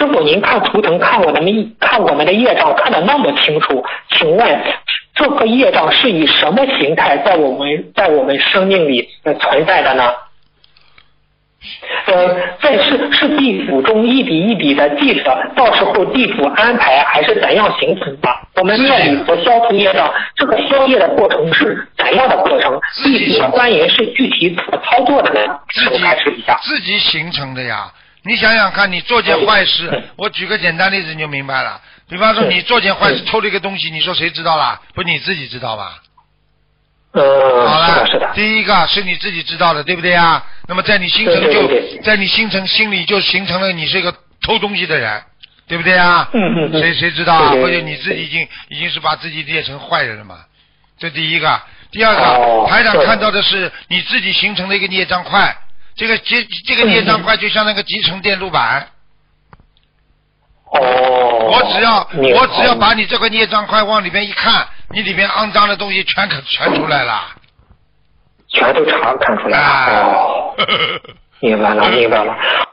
师傅，您看图腾看我们的业障看得那么清楚，请问这个业障是以什么形态在我们生命里存在的呢？是地府中一笔一笔的记着，到时候地府安排还是怎样形成的？我们念礼佛消除业障，这个消业的过程是怎样的过程？地府的官员是具体怎么操作的呢？开始一下。 自己形成的呀。你想想看，你做件坏事，我举个简单例子你就明白了。比方说你做件坏事偷了一个东西，你说谁知道啦？不你自己知道吧？好了， 是的。 第一个是你自己知道的，对不对啊？那么在你心诚心里就形成了你是一个偷东西的人，对不对啊？谁知道啊？或者你自己已经是把自己列成坏人了嘛？这第一个。第二个，台长看到的是你自己形成的一个孽障块，这个孽障块就像那个集成电路板。我只要把你这个孽障块往里边一看，你里边肮脏的东西全出来了， 全都看出来了。明白了。